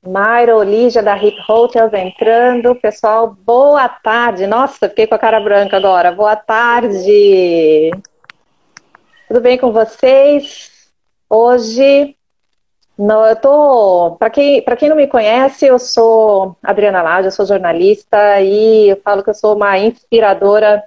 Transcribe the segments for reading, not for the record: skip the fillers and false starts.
Mairo, Lígia da Hip Hotels entrando. Pessoal, boa tarde. Nossa, fiquei com a cara branca agora. Boa tarde. Tudo bem com vocês? Hoje, para quem não me conhece, eu sou Adriana Lage, eu sou jornalista e eu falo que eu sou uma inspiradora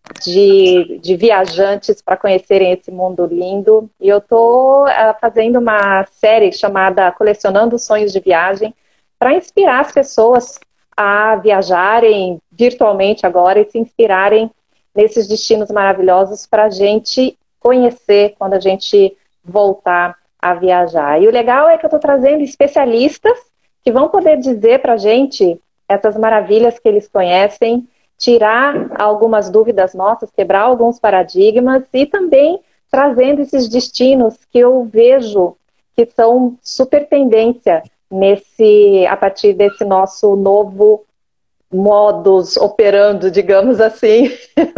de viajantes para conhecerem esse mundo lindo. E eu estou fazendo uma série chamada Colecionando Sonhos de Viagem para inspirar as pessoas a viajarem virtualmente agora e se inspirarem nesses destinos maravilhosos para a gente conhecer quando a gente voltar a viajar. E o legal é que eu estou trazendo especialistas que vão poder dizer para a gente essas maravilhas que eles conhecem, tirar algumas dúvidas nossas, quebrar alguns paradigmas e também trazendo esses destinos que eu vejo que são super tendência a partir desse nosso novo modus operando, digamos assim,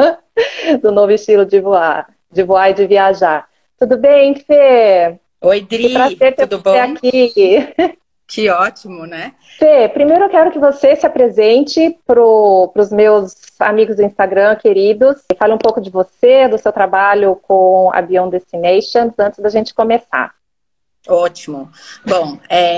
do novo estilo de voar e de viajar. Tudo bem, Fê? Oi, Dri, que prazer ter tudo você bom? aqui. Que ótimo, né? Fê, primeiro eu quero que você se apresente para os meus amigos do Instagram queridos. Fale um pouco de você, do seu trabalho com a Beyond Destinations, antes da gente começar. Ótimo. Bom,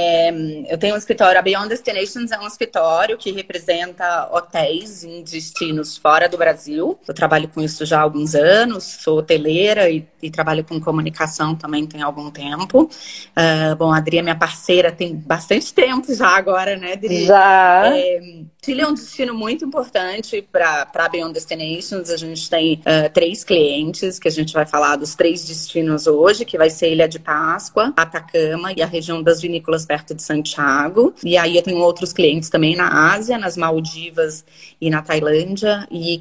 eu tenho um escritório, a Beyond Destinations é um escritório que representa hotéis em destinos fora do Brasil. Eu trabalho com isso já há alguns anos, sou hoteleira e trabalho com comunicação também tem algum tempo. Bom, a Adri é minha parceira tem bastante tempo já agora, né, Adri? Já. Chile é um destino muito importante para a Beyond Destinations. A gente tem 3 clientes, que a gente vai falar dos 3 destinos hoje, que vai ser Ilha de Páscoa, Atacama e a região das vinícolas perto de Santiago. E aí eu tenho outros clientes também na Ásia, nas Maldivas e na Tailândia, e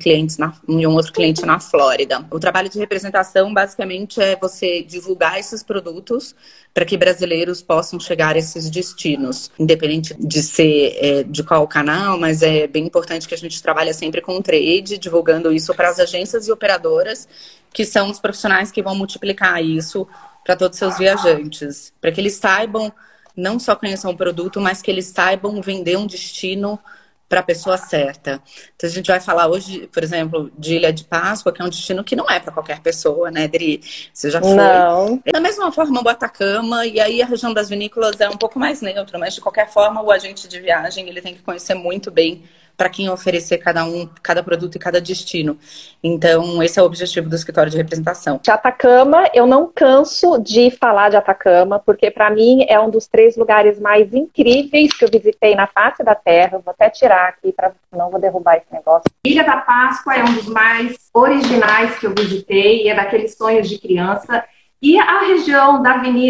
um outro cliente na Flórida. O trabalho de representação basicamente é você divulgar esses produtos para que brasileiros possam chegar a esses destinos, independente de ser de qual canal, mas é bem importante que a gente trabalhe sempre com o trade, divulgando isso para as agências e operadoras, que são os profissionais que vão multiplicar isso para todos os seus viajantes, para que eles saibam, não só conheçam o produto, mas que eles saibam vender um destino para a pessoa certa. Então a gente vai falar hoje, por exemplo, de Ilha de Páscoa, que é um destino que não é para qualquer pessoa, né, Dri? Você já foi. Não. Da mesma forma, o Atacama, e aí a região das vinícolas é um pouco mais neutra, mas de qualquer forma o agente de viagem ele tem que conhecer muito bem para quem oferecer cada produto e cada destino. Então, esse é o objetivo do escritório de representação. De Atacama, eu não canso de falar de Atacama, porque para mim é um dos 3 lugares mais incríveis que eu visitei na face da Terra. Eu vou até tirar aqui, não vou derrubar esse negócio. Ilha da Páscoa é um dos mais originais que eu visitei, e é daqueles sonhos de criança. E a região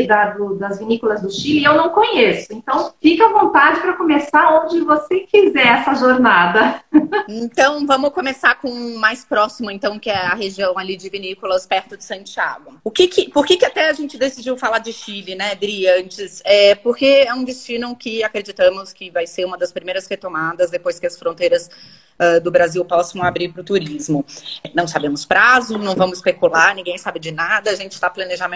das vinícolas do Chile eu não conheço. Então, fica à vontade para começar onde você quiser essa jornada. Então, vamos começar com o mais próximo, então, que é a região ali de vinícolas perto de Santiago. Por que até a gente decidiu falar de Chile, né, Dri, antes? Porque é um destino que acreditamos que vai ser uma das primeiras retomadas depois que as fronteiras do Brasil possam abrir para o turismo. Não sabemos prazo, não vamos especular, ninguém sabe de nada, a gente está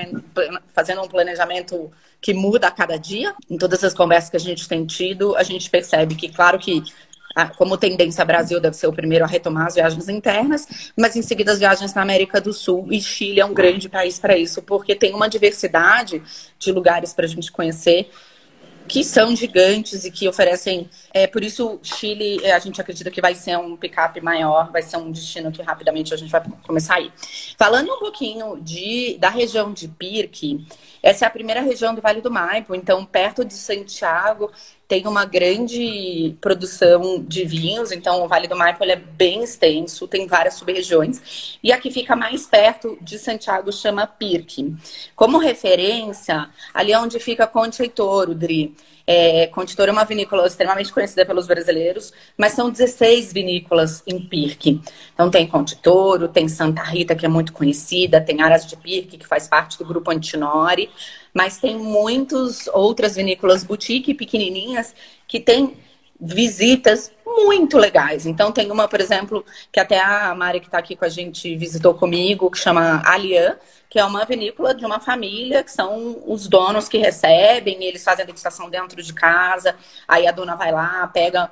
fazendo um planejamento que muda a cada dia. Em todas as conversas que a gente tem tido, a gente percebe que, claro que como tendência, Brasil deve ser o primeiro a retomar as viagens internas, mas em seguida as viagens na América do Sul, e Chile é um grande país para isso, porque tem uma diversidade de lugares para a gente conhecer que são gigantes e que oferecem... por isso, Chile, a gente acredita que vai ser um pick-up maior, vai ser um destino que rapidamente a gente vai começar a ir. Falando um pouquinho da região de Pirque, essa é a primeira região do Vale do Maipo, então perto de Santiago tem uma grande produção de vinhos, então o Vale do Maipo ele é bem extenso, tem várias sub-regiões, e aqui fica mais perto de Santiago, chama Pirque. Como referência, ali é onde fica Concha y Toro, Dri. Concha y Toro é uma vinícola extremamente conhecida pelos brasileiros, mas são 16 vinícolas em Pirque. Então tem Concha y Toro, tem Santa Rita, que é muito conhecida, tem Aras de Pirque, que faz parte do grupo Antinori, mas tem muitas outras vinícolas boutique pequenininhas que têm visitas muito legais. Então tem uma, por exemplo, que até a Mari que está aqui com a gente visitou comigo, que chama Alian, que é uma vinícola de uma família, que são os donos que recebem, eles fazem a degustação dentro de casa, aí a dona vai lá, pega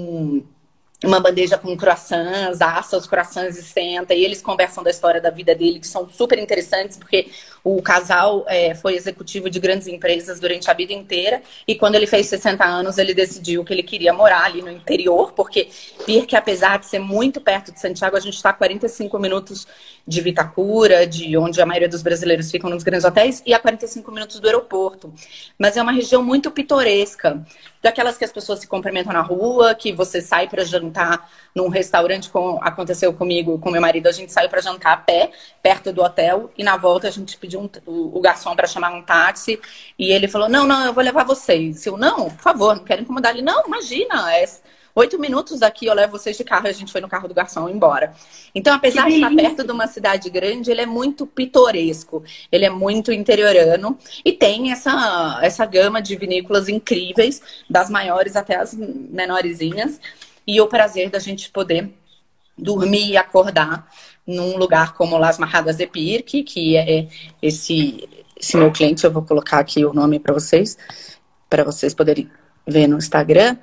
uma bandeja com croissants, assa os croissants e senta, e eles conversam da história da vida dele, que são super interessantes, porque o casal foi executivo de grandes empresas durante a vida inteira, e quando ele fez 60 anos, ele decidiu que ele queria morar ali no interior, porque Pirque, apesar de ser muito perto de Santiago, a gente está a 45 minutos de Vitacura, de onde a maioria dos brasileiros ficam nos grandes hotéis, e a 45 minutos do aeroporto. Mas é uma região muito pitoresca, daquelas que as pessoas se cumprimentam na rua, que você sai para jantar num restaurante, como aconteceu comigo, com meu marido, a gente saiu para jantar a pé, perto do hotel, e na volta a gente pediu o garçom para chamar um táxi, e ele falou, não, eu vou levar vocês. Eu, não, por favor, não quero incomodar ele. Não, imagina, 8 minutos daqui eu levo vocês de carro, e a gente foi no carro do garçom embora. Então, apesar de estar perto de uma cidade grande, ele é muito pitoresco, ele é muito interiorano e tem essa gama de vinícolas incríveis, das maiores até as menorzinhas, e o prazer da gente poder dormir e acordar num lugar como Las Marradas de Pirque, que é esse meu cliente, eu vou colocar aqui o nome para vocês poderem ver no Instagram.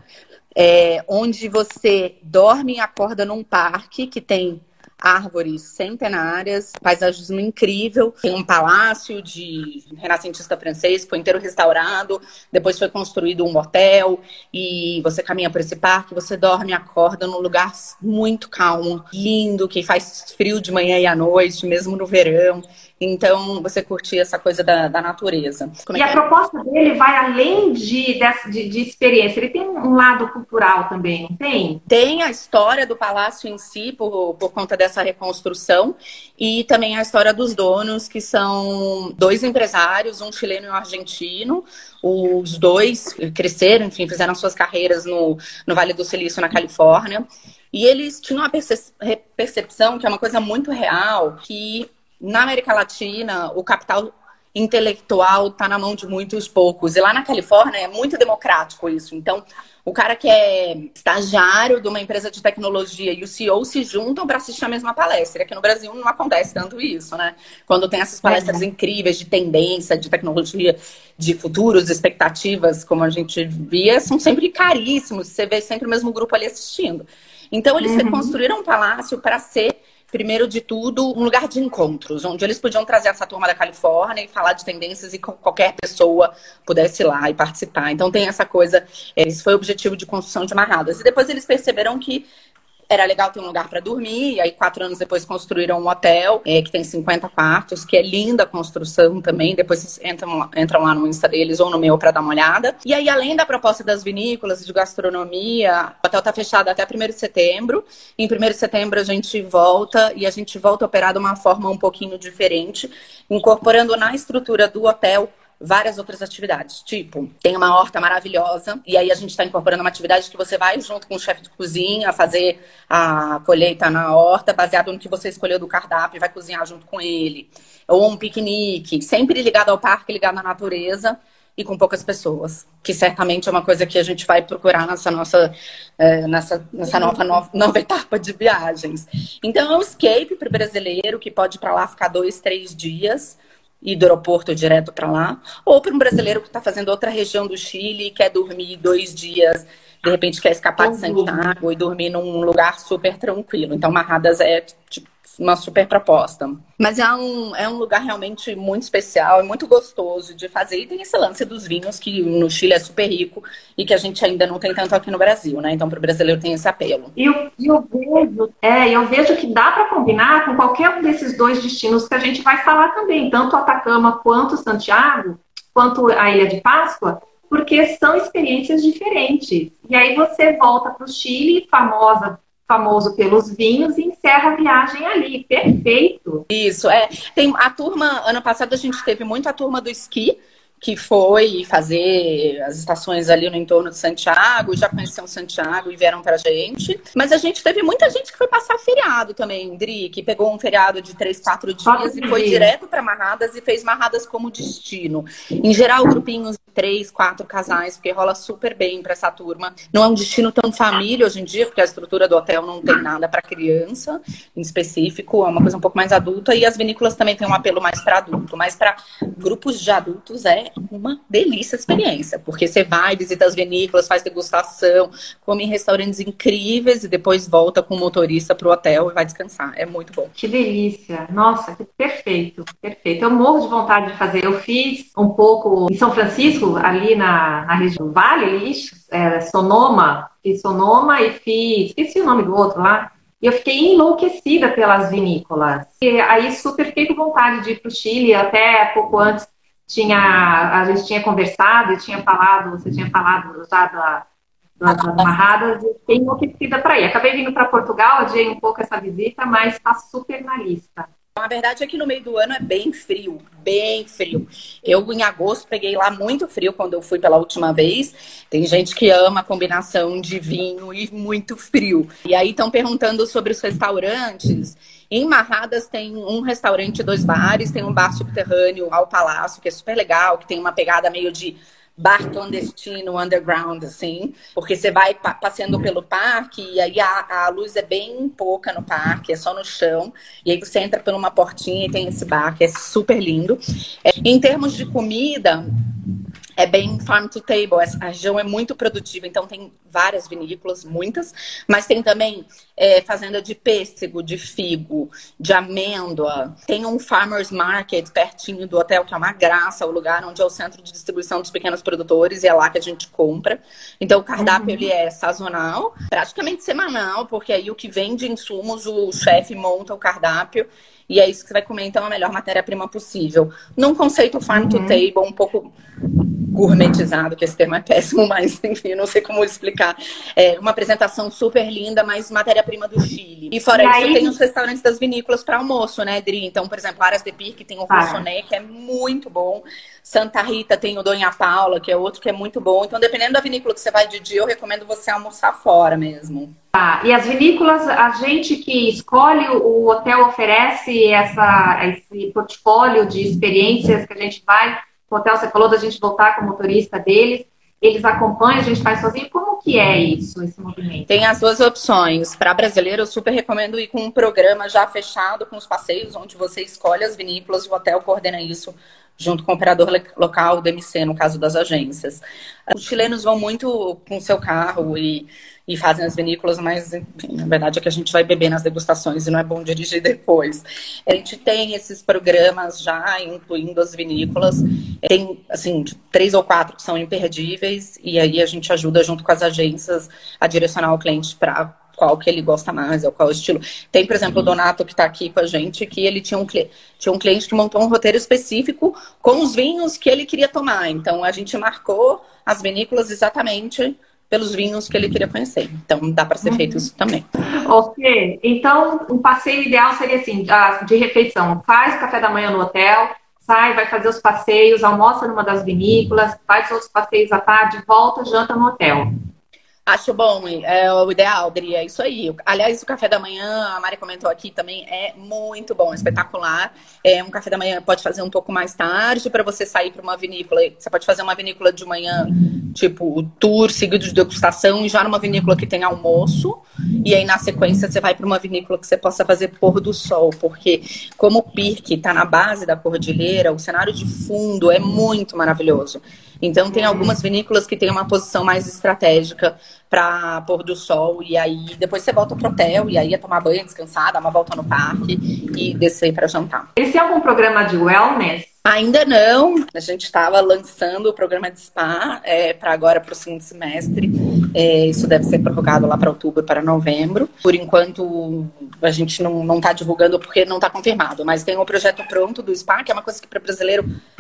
Onde você dorme e acorda num parque que tem árvores centenárias, paisagismo incrível, tem um palácio de renascentista francês que foi inteiro restaurado, depois foi construído um hotel e você caminha por esse parque, você dorme e acorda num lugar muito calmo, lindo, que faz frio de manhã e à noite, mesmo no verão. Então, você curtir essa coisa da natureza. E a proposta dele vai além de experiência. Ele tem um lado cultural também, não tem? Tem a história do palácio em si, por conta dessa reconstrução. E também a história dos donos, que são 2 empresários, um chileno e um argentino. Os 2 cresceram, enfim, fizeram suas carreiras no Vale do Silício, na Califórnia. E eles tinham uma percepção, que é uma coisa muito real, que na América Latina, o capital intelectual está na mão de muitos poucos. E lá na Califórnia é muito democrático isso. Então, o cara que é estagiário de uma empresa de tecnologia e o CEO se juntam para assistir a mesma palestra. Aqui no Brasil não acontece tanto isso, né? Quando tem essas palestras incríveis de tendência, de tecnologia, de futuros, expectativas, como a gente via, são sempre caríssimos. Você vê sempre o mesmo grupo ali assistindo. Então, eles reconstruíram um palácio para ser, primeiro de tudo, um lugar de encontros, onde eles podiam trazer essa turma da Califórnia e falar de tendências e qualquer pessoa pudesse ir lá e participar. Então tem essa coisa, esse foi o objetivo de construção de Marradas. E depois eles perceberam que era legal ter um lugar para dormir, e aí 4 anos depois construíram um hotel, que tem 50 quartos, que é linda a construção também, depois vocês entram lá no Insta deles ou no meu para dar uma olhada. E aí, além da proposta das vinícolas e de gastronomia, o hotel tá fechado até 1º de setembro. Em 1º de setembro a gente volta, e a gente volta a operar de uma forma um pouquinho diferente, incorporando na estrutura do hotel várias outras atividades, tipo, tem uma horta maravilhosa, e aí a gente está incorporando uma atividade que você vai junto com o chefe de cozinha fazer a colheita na horta, baseado no que você escolheu do cardápio, e vai cozinhar junto com ele. Ou um piquenique, sempre ligado ao parque, ligado à natureza, e com poucas pessoas, que certamente é uma coisa que a gente vai procurar nessa nova etapa de viagens. Então é um escape para o brasileiro, que pode ir para lá ficar 2, 3 dias, ir do aeroporto direto para lá, ou para um brasileiro que está fazendo outra região do Chile e quer dormir 2 dias, de repente quer escapar de Santiago e dormir num lugar super tranquilo. Então, Marradas é tipo uma super proposta. Mas é um lugar realmente muito especial, é muito gostoso de fazer. E tem esse lance dos vinhos, que no Chile é super rico e que a gente ainda não tem tanto aqui no Brasil, né? Então, para o brasileiro tem esse apelo. E eu vejo que dá para combinar com qualquer um desses 2 destinos que a gente vai falar também, tanto Atacama quanto Santiago, quanto a Ilha de Páscoa, porque são experiências diferentes. E aí você volta para o Chile, famoso pelos vinhos, e encerra a viagem ali. Perfeito! Isso, tem a turma, ano passado a gente teve muito a turma do esqui, que foi fazer as estações ali no entorno de Santiago, já conheceram Santiago e vieram pra gente. Mas a gente teve muita gente que foi passar feriado também, Dri, que pegou um feriado de 3, 4 dias e foi direto para Marradas e fez Marradas como destino. Em geral, grupinhos de 3, 4 casais, porque rola super bem para essa turma. Não é um destino tão família hoje em dia, porque a estrutura do hotel não tem nada para criança, em específico, é uma coisa um pouco mais adulta, e as vinícolas também têm um apelo mais para adulto, mas para grupos de adultos é uma delícia a experiência, porque você vai, visita as vinícolas, faz degustação, come em restaurantes incríveis e depois volta com o motorista pro hotel e vai descansar. É muito bom. Que delícia! Nossa, que perfeito, perfeito. Eu morro de vontade de fazer. Eu fiz um pouco em São Francisco, ali na região do Vale, ali, Sonoma. Fiz Sonoma e esqueci o nome do outro lá. E eu fiquei enlouquecida pelas vinícolas. E aí super fiquei com vontade de ir para o Chile. Até pouco antes a gente tinha conversado e você tinha falado já das Marradas, e fiquei enlouquecida para ir. Acabei vindo para Portugal, adiei um pouco essa visita, mas está super na lista. A verdade é que no meio do ano é bem frio, bem frio. Eu, em agosto, peguei lá muito frio quando eu fui pela última vez. Tem gente que ama a combinação de vinho e muito frio. E aí estão perguntando sobre os restaurantes. Em Marradas tem um restaurante, 2 bares, tem um bar subterrâneo ao Palácio, que é super legal, que tem uma pegada meio de bar clandestino, underground, assim, porque você vai passeando pelo parque e aí a luz é bem pouca no parque, é só no chão, e aí você entra por uma portinha e tem esse bar que é super lindo. Em termos de comida, é bem farm to table, a região é muito produtiva, então tem várias vinícolas, muitas, mas tem também fazenda de pêssego, de figo, de amêndoa. Tem um farmers market pertinho do hotel, que é uma graça, o lugar onde é o centro de distribuição dos pequenos produtores, e é lá que a gente compra. Então o cardápio ele é sazonal, praticamente semanal, porque aí o que vem de insumos, o chefe monta o cardápio, e é isso que você vai comer, então, a melhor matéria-prima possível. Num conceito farm to table, um pouco gourmetizado, que esse termo é péssimo, mas enfim, não sei como explicar. É uma apresentação super linda, mas matéria-prima do Chile. E fora isso, tem os restaurantes das vinícolas para almoço, né, Dri? Então, por exemplo, Aras de Pirque tem o Roussonet, que é muito bom. Santa Rita tem o Dona Paula, que é outro que é muito bom. Então, dependendo da vinícola que você vai de dia, eu recomendo você almoçar fora mesmo. E as vinícolas, a gente que escolhe, o hotel oferece esse portfólio de experiências que a gente vai. O hotel, você falou da gente voltar com o motorista deles. Eles acompanham, a gente faz sozinho. Como que é isso, esse movimento? Tem as duas opções. Para brasileiro, eu super recomendo ir com um programa já fechado, com os passeios, onde você escolhe as vinícolas e o hotel coordena isso junto com o operador local, o DMC, no caso das agências. Os chilenos vão muito com o seu carro e fazem as vinícolas, mas enfim, na verdade é que a gente vai beber nas degustações e não é bom dirigir depois. A gente tem esses programas já, incluindo as vinícolas. Tem, assim, 3 ou 4 que são imperdíveis, e aí a gente ajuda junto com as agências a direcionar o cliente para qual que ele gosta mais, ou qual estilo. Tem, por exemplo, o Donato, que está aqui com a gente, que ele tinha um cliente que montou um roteiro específico com os vinhos que ele queria tomar. Então, a gente marcou as vinícolas exatamente pelos vinhos que ele queria conhecer. Então, dá para ser feito isso também. Ok. Então, um passeio ideal seria assim, de refeição. Faz o café da manhã no hotel, sai, vai fazer os passeios, almoça numa das vinícolas, faz outros passeios à tarde, volta, janta no hotel. Acho bom, é o ideal, Dri, é isso aí. Aliás, o café da manhã, a Mari comentou aqui também, é muito bom, espetacular. Um café da manhã pode fazer um pouco mais tarde para você sair para uma vinícola. Você pode fazer uma vinícola de manhã, tipo o tour seguido de degustação, e já numa vinícola que tem almoço. E aí, na sequência, você vai para uma vinícola que você possa fazer pôr do sol, porque como o Pirque está na base da cordilheira, o cenário de fundo é muito maravilhoso. Então, tem algumas vinícolas que têm uma posição mais estratégica para pôr do sol. E aí, depois você volta pro hotel. E aí, é tomar banho, descansar, dar uma volta no parque e descer para jantar. Eles têm algum programa de wellness? Ainda não. A gente estava lançando o programa de spa para agora, para o segundo semestre. Isso deve ser prorrogado lá para outubro, para novembro. Por enquanto, a gente não está divulgando porque não está confirmado. Mas tem um projeto pronto do spa, que é uma coisa que para brasileiro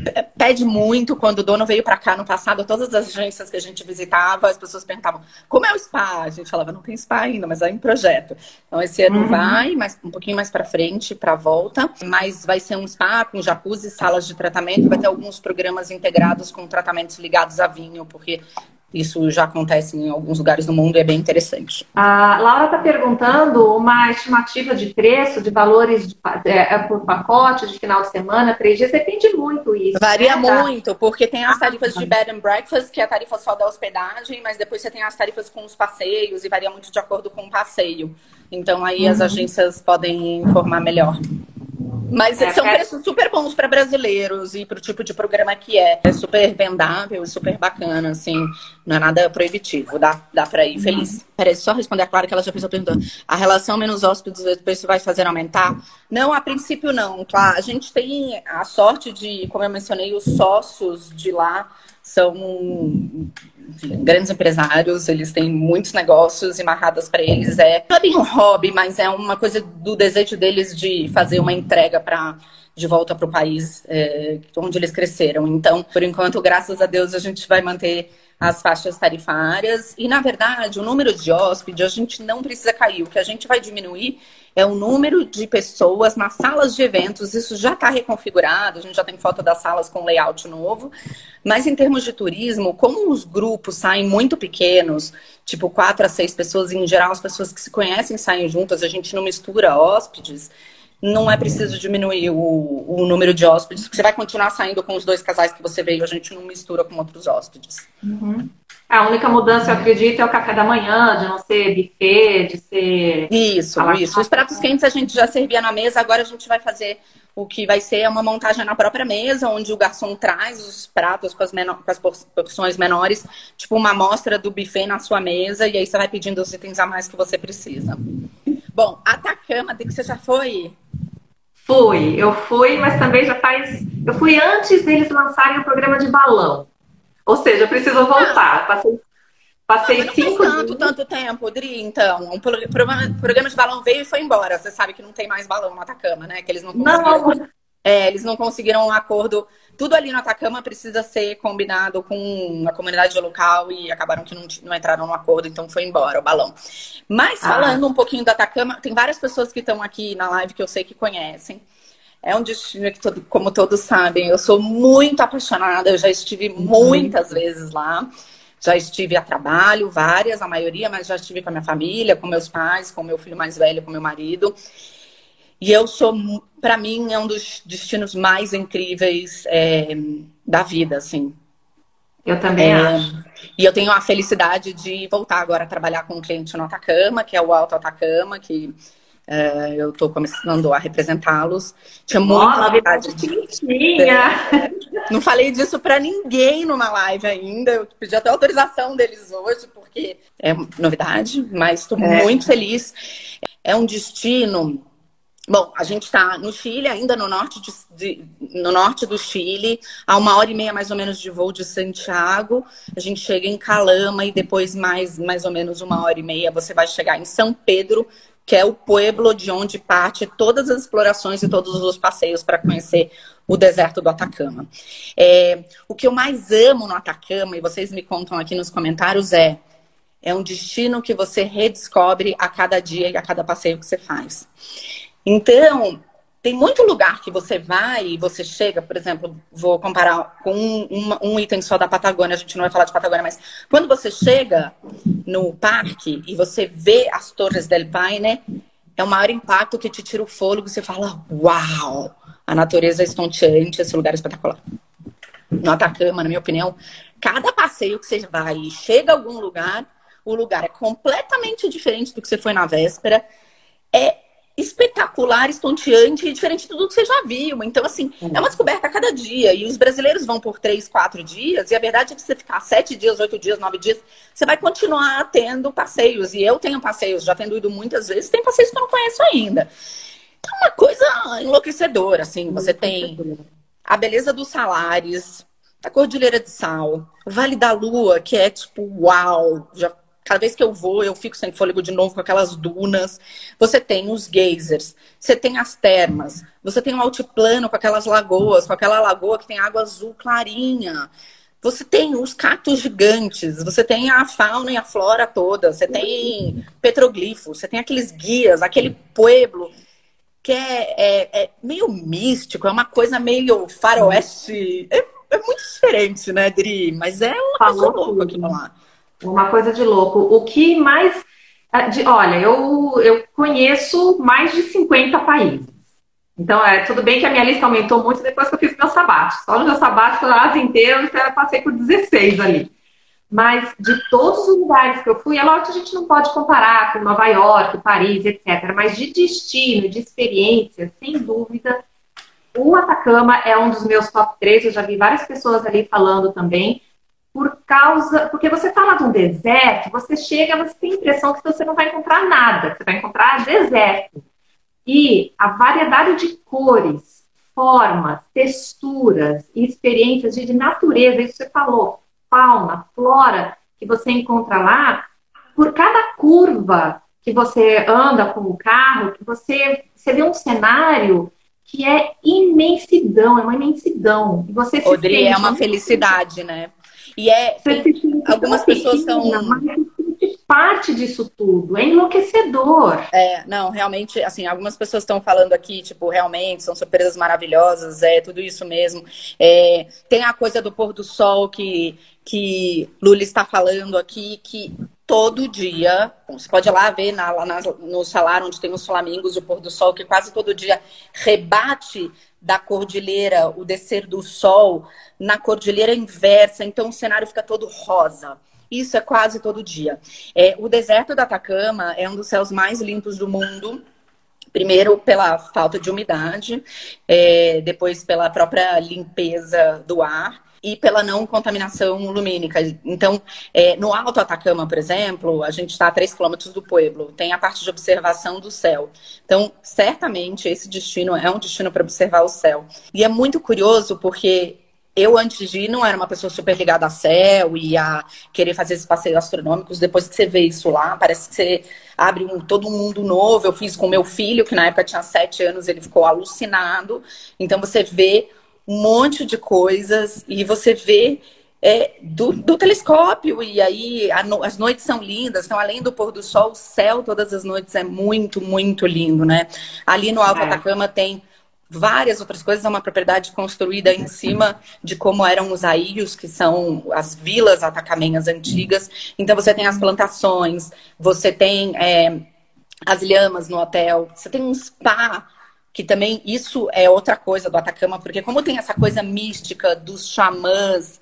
pede muito. Quando o dono veio para cá no passado, todas as agências que a gente visitava, as pessoas perguntavam como é o spa? A gente falava, não tem spa ainda, mas é em projeto. Então esse ano vai, mas um pouquinho mais para frente, para volta, mas vai ser um spa com jacuzzi, salas de tratamento, vai ter alguns programas integrados com tratamentos ligados a vinho, porque isso já acontece em alguns lugares do mundo e é bem interessante. A Laura está perguntando uma estimativa de preço, de valores por pacote, de final de semana, 3 dias. Depende muito isso. Varia muito, porque tem as tarifas de bed and breakfast, que é a tarifa só da hospedagem, mas depois você tem as tarifas com os passeios e varia muito de acordo com o passeio. Então aí as agências podem informar melhor. Mas são preços super bons para brasileiros e para o tipo de programa que é. É super vendável e super bacana, assim. Não é nada proibitivo. Dá para ir feliz. Peraí, só responder a Clara, que ela já fez a pergunta. A relação menos hóspedes depois vai fazer aumentar? Não, a princípio não. Claro, a gente tem a sorte de, como eu mencionei, os sócios de lá são, enfim, grandes empresários, eles têm muitos negócios e marradas para eles. Não é bem um hobby, mas é uma coisa do desejo deles de fazer uma entrega de volta para o país onde eles cresceram. Então, por enquanto, graças a Deus, a gente vai manter as faixas tarifárias. E, na verdade, o número de hóspedes, a gente não precisa cair. O que a gente vai diminuir é o número de pessoas nas salas de eventos. Isso já está reconfigurado, a gente já tem foto das salas com layout novo. Mas em termos de turismo, como os grupos saem muito pequenos, tipo 4 a 6 pessoas, em geral as pessoas que se conhecem saem juntas, a gente não mistura hóspedes, não é preciso diminuir o número de hóspedes, porque você vai continuar saindo com os 2 casais que você veio, a gente não mistura com outros hóspedes. A única mudança, eu acredito, é o café da manhã, de não ser buffet, de ser... Isso. Os pratos quentes a gente já servia na mesa, agora a gente vai fazer o que vai ser uma montagem na própria mesa, onde o garçom traz os pratos com as porções menores, tipo uma amostra do buffet na sua mesa, e aí você vai pedindo os itens a mais que você precisa. Bom, Atacama, que você já foi? Eu fui, mas também já faz... Eu fui antes deles lançarem o programa de balão. Ou seja, eu preciso voltar. Passei 5 dias. Tanto tempo, Dri, então. O programa de balão veio e foi embora. Você sabe que não tem mais balão no Atacama, né? Que eles não conseguiram. Eles não conseguiram um acordo. Tudo ali no Atacama precisa ser combinado com a comunidade local e acabaram que não entraram no acordo, então foi embora o balão. Mas falando um pouquinho do Atacama, tem várias pessoas que estão aqui na live que eu sei que conhecem. É um destino que, como todos sabem, eu sou muito apaixonada, eu já estive muitas vezes lá. Já estive a trabalho, várias, a maioria, mas já estive com a minha família, com meus pais, com meu filho mais velho, com meu marido. E para mim, é um dos destinos mais incríveis da vida, assim. Eu também acho. E eu tenho a felicidade de voltar agora a trabalhar com um cliente no Atacama, que é o Alto Atacama, que eu estou começando a representá-los. Tinha muita vontade de... Não falei disso para ninguém numa live ainda. Eu pedi até autorização deles hoje, porque é novidade, mas estou muito feliz. É um destino... Bom, a gente está no Chile, ainda no norte do Chile, a 1h30 mais ou menos de voo de Santiago. A gente chega em Calama e depois mais ou menos 1h30 você vai chegar em São Pedro, que é o pueblo de onde parte todas as explorações e todos os passeios para conhecer o deserto do Atacama. O que eu mais amo no Atacama, e vocês me contam aqui nos comentários, é um destino que você redescobre a cada dia e a cada passeio que você faz. Então, tem muito lugar que você vai e você chega, por exemplo, vou comparar com um item só da Patagônia, a gente não vai falar de Patagônia, mas quando você chega no parque e você vê as Torres del Paine, é o maior impacto que te tira o fôlego, você fala, uau, a natureza é estonteante, esse lugar é espetacular. No Atacama, na minha opinião, cada passeio que você vai e chega a algum lugar, o lugar é completamente diferente do que você foi na véspera, espetacular, estonteante e diferente de tudo que você já viu. Então, assim, é uma descoberta a cada dia. E os brasileiros vão por 3, 4 dias. E a verdade é que se você ficar 7 dias, 8 dias, 9 dias, você vai continuar tendo passeios. E eu tenho passeios, já tendo ido muitas vezes. Tem passeios que eu não conheço ainda. Então, é uma coisa enlouquecedora, assim. Você tem a beleza dos Salares, a Cordilheira de Sal, o Vale da Lua, que é tipo, uau, já cada vez que eu vou, eu fico sem fôlego de novo com aquelas dunas. Você tem os geysers, você tem as termas, você tem o altiplano com aquelas lagoas, com aquela lagoa que tem água azul clarinha. Você tem os cactos gigantes, você tem a fauna e a flora toda, você tem petroglifos, você tem aqueles guias, aquele pueblo que é meio místico, é uma coisa meio faroeste. É muito diferente, né, Dri? Mas é uma coisa louca aquilo lá. Uma coisa de louco. O que mais... Olha, eu conheço mais de 50 países. Então, tudo bem que a minha lista aumentou muito depois que eu fiz meu sabático. Só no meu sabático, na Ásia inteira, eu passei por 16 ali. Mas de todos os lugares que eu fui, é lógico que a gente não pode comparar com Nova York, Paris, etc. Mas de destino, de experiência, sem dúvida, o Atacama é um dos meus top 3. Eu já vi várias pessoas ali falando também. Porque você fala de um deserto, você chega, você tem a impressão que você não vai encontrar nada, que você vai encontrar deserto. E a variedade de cores, formas, texturas e experiências de natureza, isso que você falou, fauna, flora, que você encontra lá, por cada curva que você anda com o carro, que você vê um cenário que é imensidão, é uma imensidão. E você se Odri, é uma felicidade, né? E algumas pessoas estão... parte disso tudo, é enlouquecedor. Não, realmente, assim, algumas pessoas estão falando aqui, tipo, realmente, são surpresas maravilhosas, tudo isso mesmo. Tem a coisa do pôr do sol que Lula está falando aqui, que todo dia, você pode ir lá ver no salar onde tem os flamingos, o pôr do sol, que quase todo dia rebate da cordilheira, o descer do sol na cordilheira inversa, então o cenário fica todo rosa. Isso é quase todo dia. O deserto do Atacama é um dos céus mais limpos do mundo. Primeiro, pela falta de umidade, depois pela própria limpeza do ar e pela não contaminação lumínica. Então, no Alto Atacama, por exemplo, a gente está a 3 quilômetros do pueblo, tem a parte de observação do céu. Então, certamente, esse destino é um destino para observar o céu. E é muito curioso porque eu, antes de ir, não era uma pessoa super ligada a céu e a querer fazer esses passeios astronômicos. Depois que você vê isso lá, parece que você abre todo um mundo novo. Eu fiz com meu filho, que na época tinha 7 anos, ele ficou alucinado. Então você vê um monte de coisas e você vê do telescópio. E aí as noites são lindas. Então, além do pôr do sol, o céu todas as noites é muito, muito lindo, né? Ali no Alto Atacama tem várias outras coisas, é uma propriedade construída em cima de como eram os aíos, que são as vilas atacamenhas antigas. Então você tem as plantações, você tem as lhamas no hotel, você tem um spa, que também isso é outra coisa do Atacama, porque como tem essa coisa mística dos xamãs,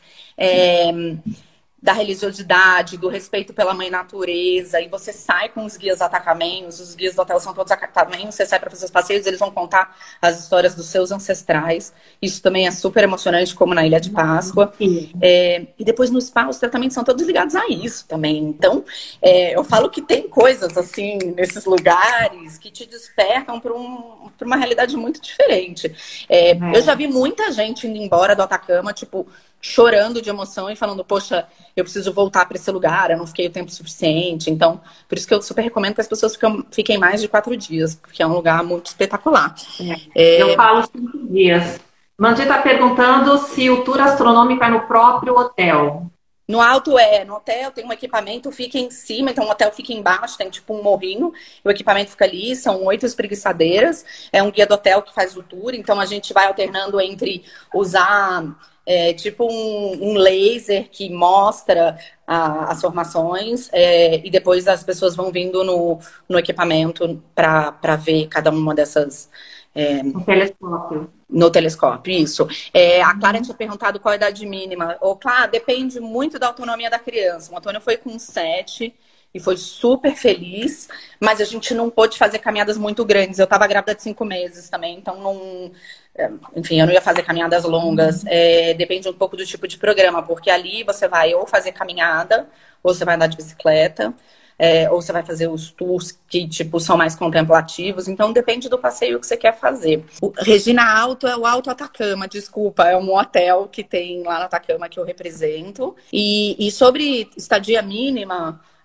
da religiosidade, do respeito pela mãe natureza, e você sai com os guias atacamenhos, os guias do hotel são todos atacamenhos, você sai para fazer os passeios, eles vão contar as histórias dos seus ancestrais. Isso também é super emocionante, como na Ilha de Páscoa. E depois no spa, os tratamentos são todos ligados a isso também. Então, eu falo que tem coisas assim, nesses lugares, que te despertam para uma realidade muito diferente. Eu já vi muita gente indo embora do Atacama, tipo, chorando de emoção e falando, poxa, eu preciso voltar para esse lugar, eu não fiquei o tempo suficiente. Então, por isso que eu super recomendo que as pessoas fiquem mais de 4 dias, porque é um lugar muito espetacular. Eu falo 5 dias. Mandi está perguntando se o tour astronômico é no próprio hotel. No alto no hotel tem um equipamento, fica em cima, então o hotel fica embaixo, tem tipo um morrinho, o equipamento fica ali, são 8 espreguiçadeiras, é um guia do hotel que faz o tour, então a gente vai alternando entre usar tipo um laser que mostra as formações e depois as pessoas vão vindo no equipamento para ver cada uma dessas... No telescópio. No telescópio, isso. A Clara tinha perguntado qual a idade mínima. Clara, depende muito da autonomia da criança. O Antônio foi com 7 e foi super feliz, mas a gente não pôde fazer caminhadas muito grandes. Eu estava grávida de 5 meses também, então não... Enfim, eu não ia fazer caminhadas longas. Depende um pouco do tipo de programa, porque ali você vai ou fazer caminhada, ou você vai andar de bicicleta, ou você vai fazer os tours que, tipo, são mais contemplativos. Então, depende do passeio que você quer fazer. O Regina Alto é o Alto Atacama, desculpa. É um hotel que tem lá no Atacama que eu represento. E sobre estadia mínima,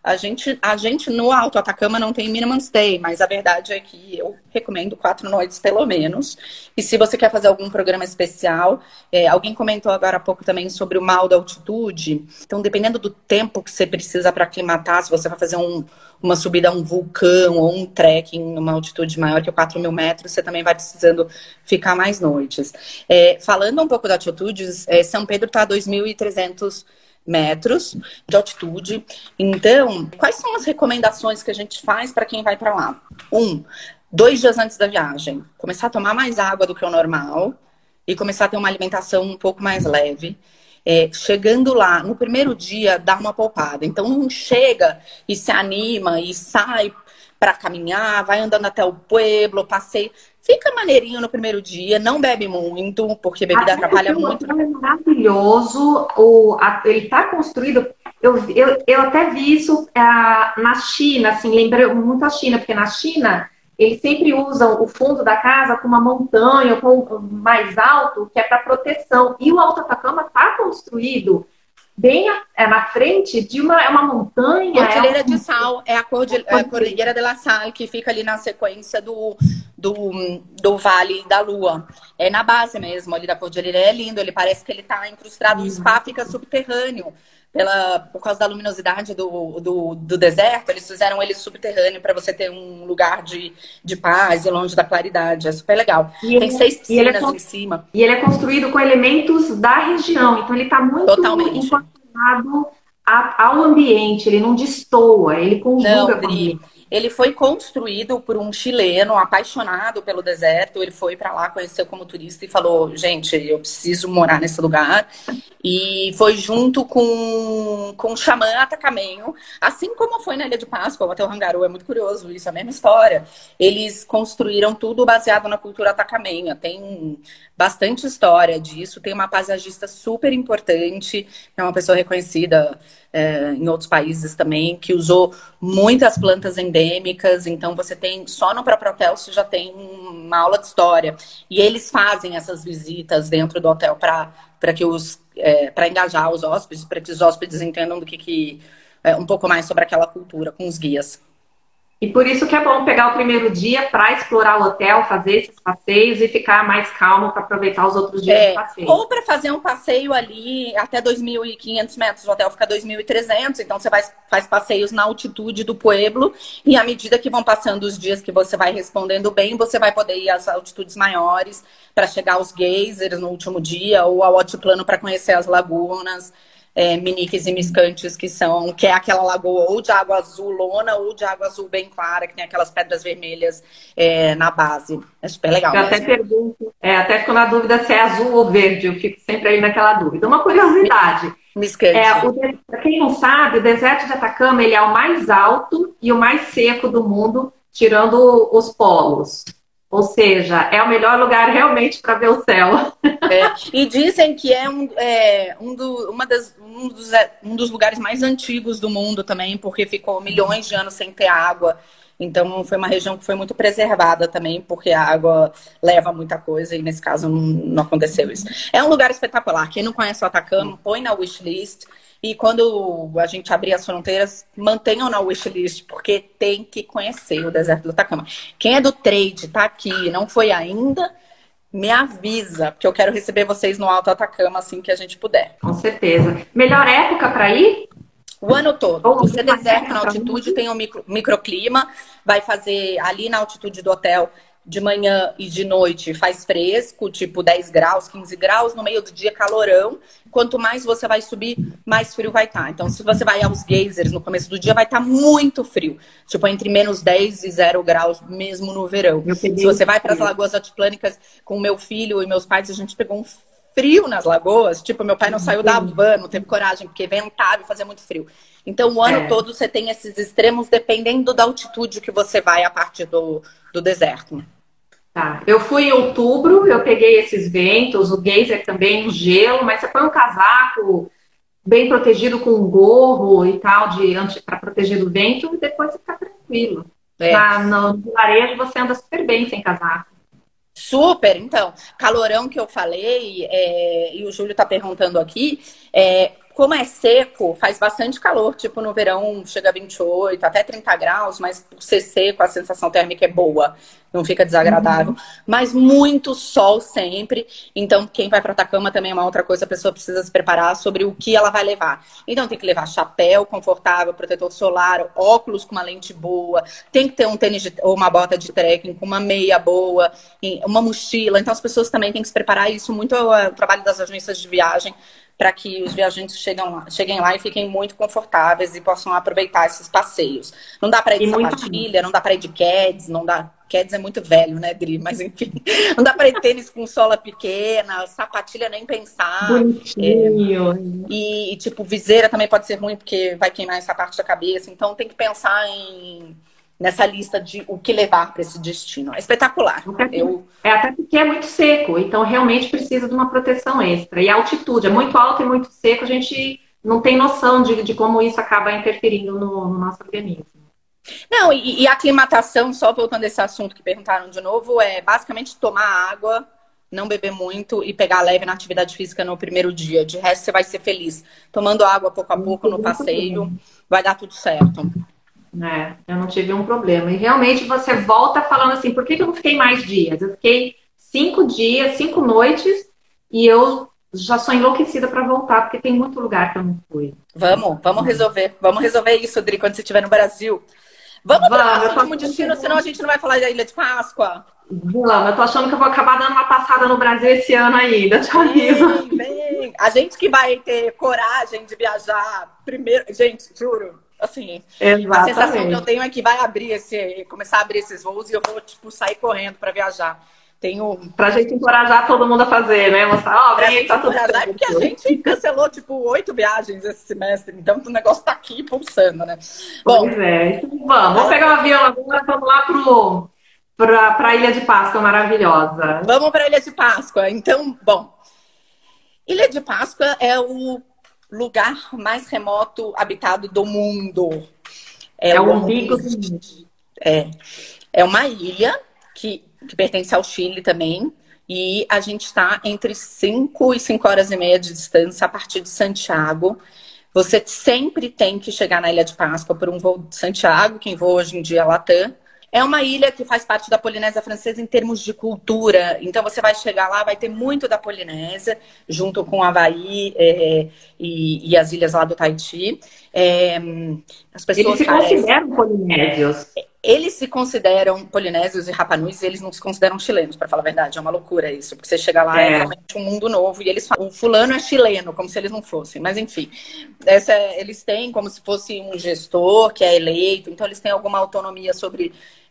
A gente no Alto Atacama não tem minimum stay, mas a verdade é que eu recomendo 4 noites pelo menos. E se você quer fazer algum programa especial, alguém comentou agora há pouco também sobre o mal da altitude. Então, dependendo do tempo que você precisa para aclimatar, se você vai fazer uma subida a um vulcão ou um trekking numa altitude maior que 4.000 metros, você também vai precisando ficar mais noites. Falando um pouco da altitude, São Pedro está a 2.300 metros de altitude. Então, quais são as recomendações que a gente faz para quem vai para lá? 2 dias antes da viagem, começar a tomar mais água do que o normal e começar a ter uma alimentação um pouco mais leve. Chegando lá, no primeiro dia, dá uma poupada. Então, não chega e se anima e sai para caminhar, vai andando até o pueblo, passeia. Fica maneirinho no primeiro dia, não bebe muito, porque bebida atrapalha muito. É maravilhoso. Ele está construído. Eu até vi isso na China, assim, lembrei muito a China, porque na China eles sempre usam o fundo da casa com uma montanha, com mais alto, que é para proteção. E o Alto Atacama está construído bem na frente de uma montanha. Cordilheira de Sal, a Cordilheira de la Sal, que fica ali na sequência do Vale da Lua. É na base mesmo, ali da Cordilheira. É lindo, ele parece que ele está incrustado, o spa fica subterrâneo. Por causa da luminosidade do deserto, eles fizeram ele subterrâneo para você ter um lugar de paz e longe da claridade. É super legal. Tem 6 piscinas em cima. E ele é construído com elementos da região, então ele está muito incorporado ao ambiente, ele não destoa, ele conjuga com ele. Ele foi construído por um chileno apaixonado pelo deserto. Ele foi para lá, conheceu como turista e falou: gente, eu preciso morar nesse lugar. E foi junto com o xamã atacamenho, assim como foi na Ilha de Páscoa, o Hotel Rangaru. É muito curioso isso, é a mesma história. Eles construíram tudo baseado na cultura atacamenha. Tem bastante história disso. Tem uma paisagista super importante, é uma pessoa reconhecida em outros países também, que usou muitas plantas endêmicas. Então você tem, só no próprio hotel você já tem uma aula de história. E eles fazem essas visitas dentro do hotel para engajar os hóspedes, para que os hóspedes entendam um pouco mais sobre aquela cultura com os guias. E por isso que é bom pegar o primeiro dia para explorar o hotel, fazer esses passeios e ficar mais calmo para aproveitar os outros dias de passeio. Ou para fazer um passeio ali até 2.500 metros, o hotel fica 2.300, então você faz passeios na altitude do pueblo e à medida que vão passando os dias que você vai respondendo bem, você vai poder ir às altitudes maiores para chegar aos geysers no último dia ou ao altiplano para conhecer as lagunas. Miniques e Miscantes, que é aquela lagoa ou de água azulona ou de água azul bem clara, que tem aquelas pedras vermelhas na base. É super legal. Eu até pergunto, até fico na dúvida se é azul ou verde, eu fico sempre aí naquela dúvida. Uma curiosidade. Para quem não sabe, o deserto de Atacama ele é o mais alto e o mais seco do mundo, tirando os polos. Ou seja, é o melhor lugar realmente para ver o céu. E dizem que é um dos lugares mais antigos do mundo também, porque ficou milhões de anos sem ter água. Então foi uma região que foi muito preservada também, porque a água leva muita coisa e nesse caso não aconteceu isso. É um lugar espetacular. Quem não conhece o Atacama, põe na wishlist. E quando a gente abrir as fronteiras, mantenham na wishlist, porque tem que conhecer o deserto do Atacama. Quem é do trade, tá aqui, não foi ainda, me avisa, porque eu quero receber vocês no Alto Atacama assim que a gente puder. Com certeza. Melhor época para ir? O ano todo. Você deserto na altitude, tem um microclima, vai fazer ali na altitude do hotel de manhã e de noite faz fresco, tipo 10 graus, 15 graus, no meio do dia calorão. Quanto mais você vai subir, mais frio vai estar. Então, se você vai aos geysers no começo do dia, vai estar muito frio. Tipo, entre menos 10 e 0 graus, mesmo no verão. Se você vai para as lagoas altiplânicas com meu filho e meus pais, a gente pegou um frio nas lagoas. Tipo, meu pai não saiu da van, não teve coragem, porque ventava e fazia muito frio. Então, o ano todo você tem esses extremos, dependendo da altitude que você vai a partir do deserto. Tá. Eu fui em outubro, eu peguei esses ventos, o geyser também, o gelo, mas você põe um casaco bem protegido com um gorro e tal, para proteger do vento, e depois você fica tranquilo. No vilarejo você anda super bem sem casaco. Super, então. Calorão que eu falei, e o Júlio tá perguntando aqui, como é seco, faz bastante calor. Tipo, no verão chega a 28, até 30 graus, mas por ser seco, a sensação térmica é boa. Não fica desagradável. Mas muito sol sempre. Então, quem vai para Atacama também é uma outra coisa. A pessoa precisa se preparar sobre o que ela vai levar. Então, tem que levar chapéu confortável, protetor solar, óculos com uma lente boa. Tem que ter um tênis ou uma bota de trekking com uma meia boa, uma mochila. Então, as pessoas também têm que se preparar. Isso muito é o trabalho das agências de viagem, para que os viajantes cheguem lá e fiquem muito confortáveis e possam aproveitar esses passeios. Não dá para ir de sapatilha, não dá para ir de Keds, não dá. Keds é muito velho, né, Dri? Mas enfim, não dá para ir tênis com sola pequena, sapatilha nem pensar. Bonitinho. E tipo, viseira também pode ser ruim, porque vai queimar essa parte da cabeça. Então tem que pensar nessa lista de o que levar para esse destino. É espetacular. Até porque é muito seco, então realmente precisa de uma proteção extra. E a altitude é muito alta e muito seco, a gente não tem noção de como isso acaba interferindo no nosso organismo. Não, e a aclimatação, só voltando a esse assunto que perguntaram de novo, é basicamente tomar água, não beber muito e pegar leve na atividade física no primeiro dia. De resto, você vai ser feliz. Tomando água pouco a pouco no passeio, vai dar tudo certo. Eu não tive um problema. E realmente você volta falando assim, por que eu não fiquei mais dias? Eu fiquei 5 dias, 5 noites, e eu já sou enlouquecida para voltar, porque tem muito lugar que eu não fui. Vamos resolver. Vamos resolver isso, Dri, quando você estiver no Brasil. Vamos para o nosso último destino, senão a gente não vai falar da Ilha de Páscoa. Vamos, eu tô achando que eu vou acabar dando uma passada no Brasil esse ano ainda, te aviso. Vem. A gente que vai ter coragem de viajar primeiro, gente, juro. Assim, exatamente. A sensação que eu tenho é que vai começar a abrir esses voos e eu vou, tipo, sair correndo para viajar. Pra gente encorajar todo mundo a fazer, né? Mostrar, pra gente tá encorajar, porque a gente cancelou, tipo, 8 viagens esse semestre, então o negócio tá aqui pulsando, né? Bom, então vamos pegar o avião agora, vamos lá pra Ilha de Páscoa maravilhosa. Vamos pra Ilha de Páscoa. Então, bom, Ilha de Páscoa é o lugar mais remoto habitado do mundo. É o umbigo do mundo. É uma ilha que pertence ao Chile também, e a gente está entre 5 e 5 horas e meia de distância a partir de Santiago. Você sempre tem que chegar na Ilha de Páscoa por um voo de Santiago, quem voa hoje em dia é a Latam. É uma ilha que faz parte da Polinésia Francesa em termos de cultura. Então, você vai chegar lá, vai ter muito da Polinésia, junto com o Havaí e as ilhas lá do Tahiti. As pessoas se consideram polinésios. Eles se consideram polinésios e Rapanuis, eles não se consideram chilenos, para falar a verdade. É uma loucura isso, porque você chega lá é realmente um mundo novo e eles falam, o fulano é chileno, como se eles não fossem. Mas enfim, eles têm como se fosse um gestor que é eleito, então eles têm alguma autonomia sobre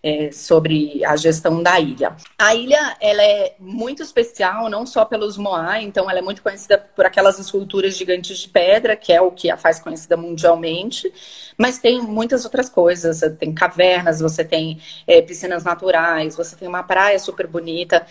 a gestão da ilha. A ilha, ela é muito especial, não só pelos Moai, então ela é muito conhecida por aquelas esculturas gigantes de pedra, que é o que a faz conhecida mundialmente, mas tem muitas outras coisas, tem cavernas, você tem piscinas naturais, você tem uma praia super bonita.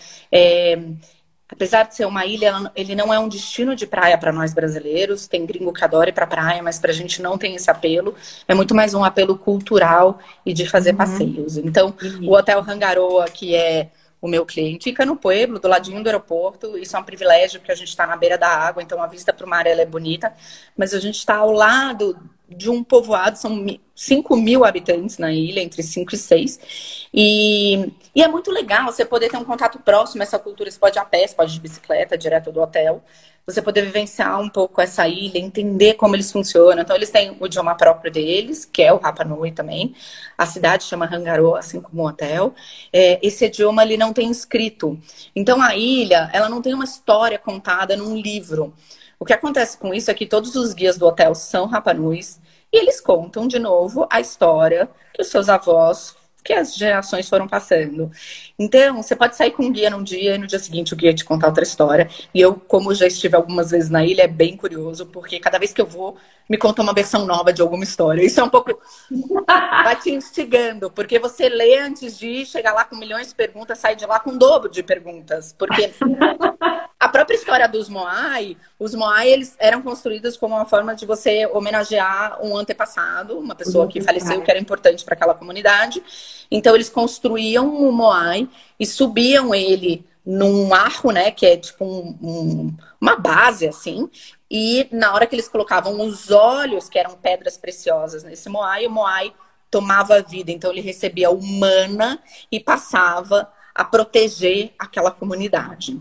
Apesar de ser uma ilha, ele não é um destino de praia para nós brasileiros. Tem gringo que adora ir para praia, mas para a gente não tem esse apelo. É muito mais um apelo cultural e de fazer passeios. Então, o Hotel Rangaroa, que é o meu cliente, fica no pueblo, do ladinho do aeroporto. Isso é um privilégio, porque a gente está na beira da água, então a vista para o mar ela é bonita. Mas a gente está ao lado de um povoado, são 5 mil habitantes na ilha, entre 5 e 6. E é muito legal você poder ter um contato próximo a essa cultura. Você pode ir a pé, você pode ir de bicicleta, direto do hotel. Você poder vivenciar um pouco essa ilha, entender como eles funcionam. Então, eles têm o idioma próprio deles, que é o Rapa Nui também. A cidade chama Rangaroa, assim como o hotel. Esse idioma, ele não tem escrito. Então, a ilha, ela não tem uma história contada num livro. O que acontece com isso é que todos os guias do hotel são Rapa Nuis e eles contam de novo a história que os seus avós, que as gerações foram passando. Então, você pode sair com um guia num dia e no dia seguinte o guia te contar outra história. E eu, como já estive algumas vezes na ilha, é bem curioso, porque cada vez que eu vou, me conta uma versão nova de alguma história. Isso é um pouco... vai te instigando, porque você lê antes de ir, chegar lá com milhões de perguntas, sai de lá com o dobro de perguntas. Porque a própria história dos Moai, os Moai, eles eram construídos como uma forma de você homenagear um antepassado, uma pessoa que faleceu, que era importante para aquela comunidade. Então, eles construíam um Moai e subiam ele num arco, né, que é tipo uma base, assim, E na hora que eles colocavam os olhos, que eram pedras preciosas nesse moai, o moai tomava vida. Então ele recebia o mana e passava a proteger aquela comunidade.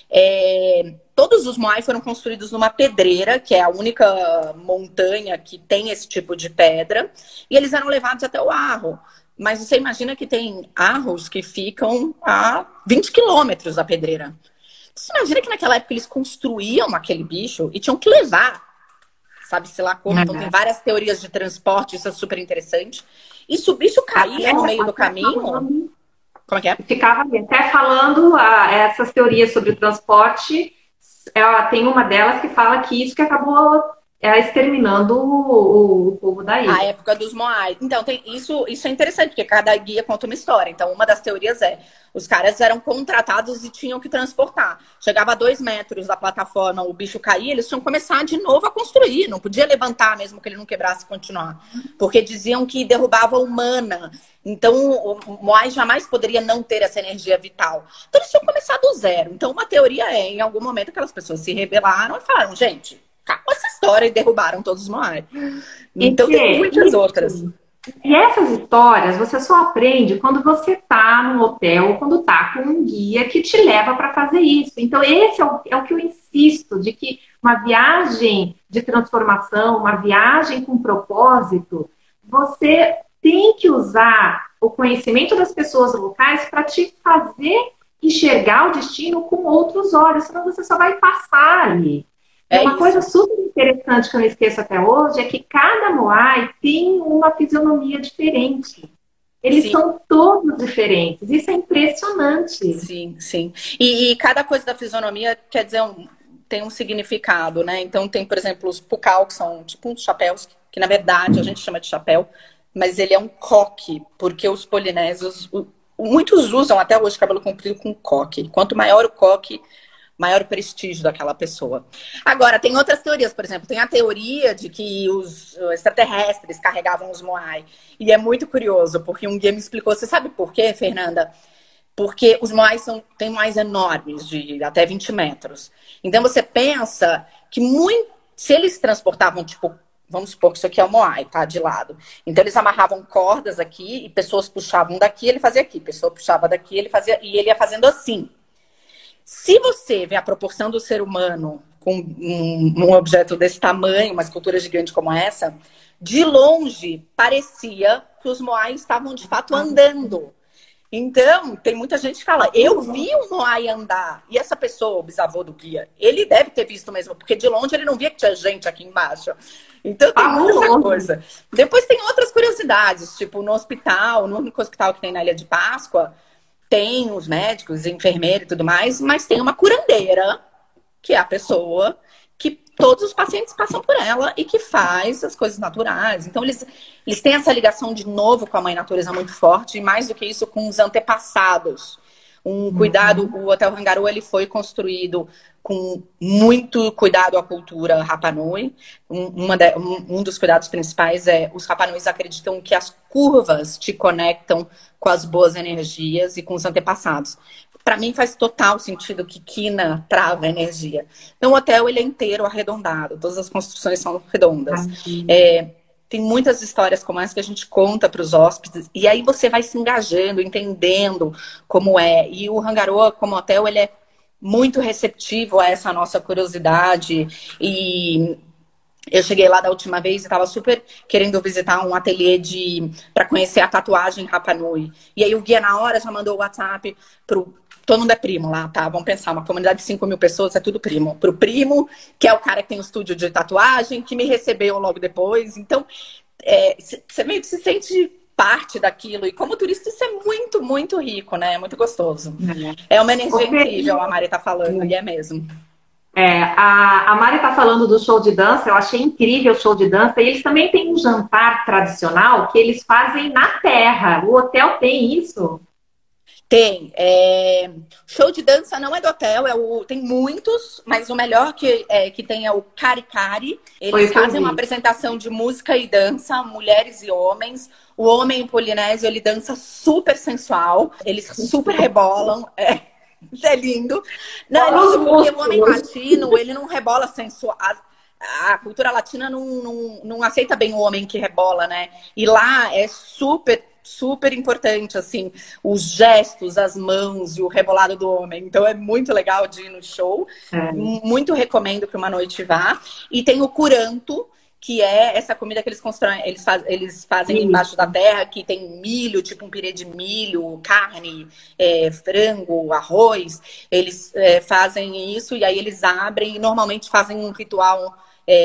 Todos os moai foram construídos numa pedreira, que é a única montanha que tem esse tipo de pedra, e eles eram levados até o Arro. Mas você imagina que tem arros que ficam a 20 quilômetros da pedreira. Você imagina que naquela época eles construíam aquele bicho e tinham que levar, sabe-se lá como. Então tem várias teorias de transporte, isso é super interessante. E se o bicho caía no meio do caminho... Como é que é? Ficava até falando essas teorias sobre o transporte. Tem uma delas que fala que isso que acabou exterminando o povo da ilha. A época dos Moai. Então, isso é interessante, porque cada guia conta uma história. Então, uma das teorias os caras eram contratados e tinham que transportar. Chegava a 2 metros da plataforma, o bicho caía, eles tinham que começar de novo a construir. Não podia levantar, mesmo que ele não quebrasse e continuar. Porque diziam que derrubava o mana. Então, o Moai jamais poderia não ter essa energia vital. Então, eles tinham que começar do zero. Então, uma teoria em algum momento, aquelas pessoas se rebelaram e falaram, gente, acabou essa história, e derrubaram todos os Moai. Então, tem muitas outras. E essas histórias você só aprende quando você tá num hotel ou quando tá com um guia que te leva para fazer isso. Então, esse é o que eu insisto, de que uma viagem de transformação, uma viagem com propósito, você tem que usar o conhecimento das pessoas locais para te fazer enxergar o destino com outros olhos, senão você só vai passar ali. Uma coisa super interessante que eu não esqueço até hoje é que cada moai tem uma fisionomia diferente. Eles são todos diferentes. Isso é impressionante. Sim, sim. E cada coisa da fisionomia quer dizer tem um significado, né? Então tem, por exemplo, os pukal, que são tipo uns chapéus, que na verdade a gente chama de chapéu, mas ele é um coque, porque os polinésios, muitos usam até hoje cabelo comprido com coque. Quanto maior o coque, maior o prestígio daquela pessoa. Agora, tem outras teorias, por exemplo, tem a teoria de que os extraterrestres carregavam os moai. E é muito curioso, porque um guia me explicou, você sabe por quê, Fernanda? Porque os moais têm moais enormes, de até 20 metros. Então você pensa que se eles transportavam, tipo, vamos supor que isso aqui é o moai, tá? De lado. Então eles amarravam cordas aqui e pessoas puxavam daqui, ele fazia aqui. Pessoa puxava daqui, ele fazia, e ele ia fazendo assim. Se você vê a proporção do ser humano com um objeto desse tamanho, uma escultura gigante como essa, de longe parecia que os moais estavam de fato andando. Então, tem muita gente que fala, eu vi um moai andar. E essa pessoa, o bisavô do guia, ele deve ter visto mesmo, porque de longe ele não via que tinha gente aqui embaixo. Então tem muita coisa. Depois tem outras curiosidades, tipo no hospital, no único hospital que tem na Ilha de Páscoa, tem os médicos, enfermeira e tudo mais, mas tem uma curandeira, que é a pessoa que todos os pacientes passam por ela e que faz as coisas naturais. Então, eles têm essa ligação de novo com a mãe natureza muito forte, e mais do que isso, com os antepassados. Um cuidado, o Hotel Rangaru, ele foi construído com muito cuidado à cultura Rapa Nui. Um dos cuidados principais os Rapa Nuis acreditam que as curvas te conectam com as boas energias e com os antepassados. Para mim faz total sentido que quina trava a energia. Então o hotel ele é inteiro arredondado, todas as construções são redondas. Tem muitas histórias como essa que a gente conta para os hóspedes, e aí você vai se engajando, entendendo como é. E o Rangaroa, como hotel, ele é muito receptivo a essa nossa curiosidade. E eu cheguei lá da última vez e estava super querendo visitar um ateliê para conhecer a tatuagem Rapa Nui. E aí o guia na hora já mandou o WhatsApp todo mundo é primo lá, tá? Vamos pensar, uma comunidade de 5 mil pessoas é tudo primo. Pro primo, que é o cara que tem um estúdio de tatuagem, que me recebeu logo depois. Então, você meio que se sente parte daquilo. E como turista, isso é muito, muito rico, né? É muito gostoso. É uma energia incrível, a Mari tá falando, e é mesmo. A Mari tá falando do show de dança, eu achei incrível o show de dança. E eles também têm um jantar tradicional que eles fazem na terra. O hotel tem isso? Tem. Show de dança não é do hotel, tem muitos, mas o melhor que tem é o Cari Cari. Eles fazem uma apresentação de música e dança, mulheres e homens. O homem polinésio, ele dança super sensual, eles super rebolam. É lindo. Não, é lindo porque o homem latino, ele não rebola sensual. a cultura latina não aceita bem o homem que rebola, né? E lá é super importante, assim, os gestos, as mãos e o rebolado do homem. Então é muito legal de ir no show. Muito recomendo que uma noite vá. E tem o curanto, que é essa comida que eles constroem, eles fazem embaixo da terra, que tem milho, tipo um pirê de milho, carne, frango, arroz. Eles fazem isso e aí eles abrem e normalmente fazem um ritual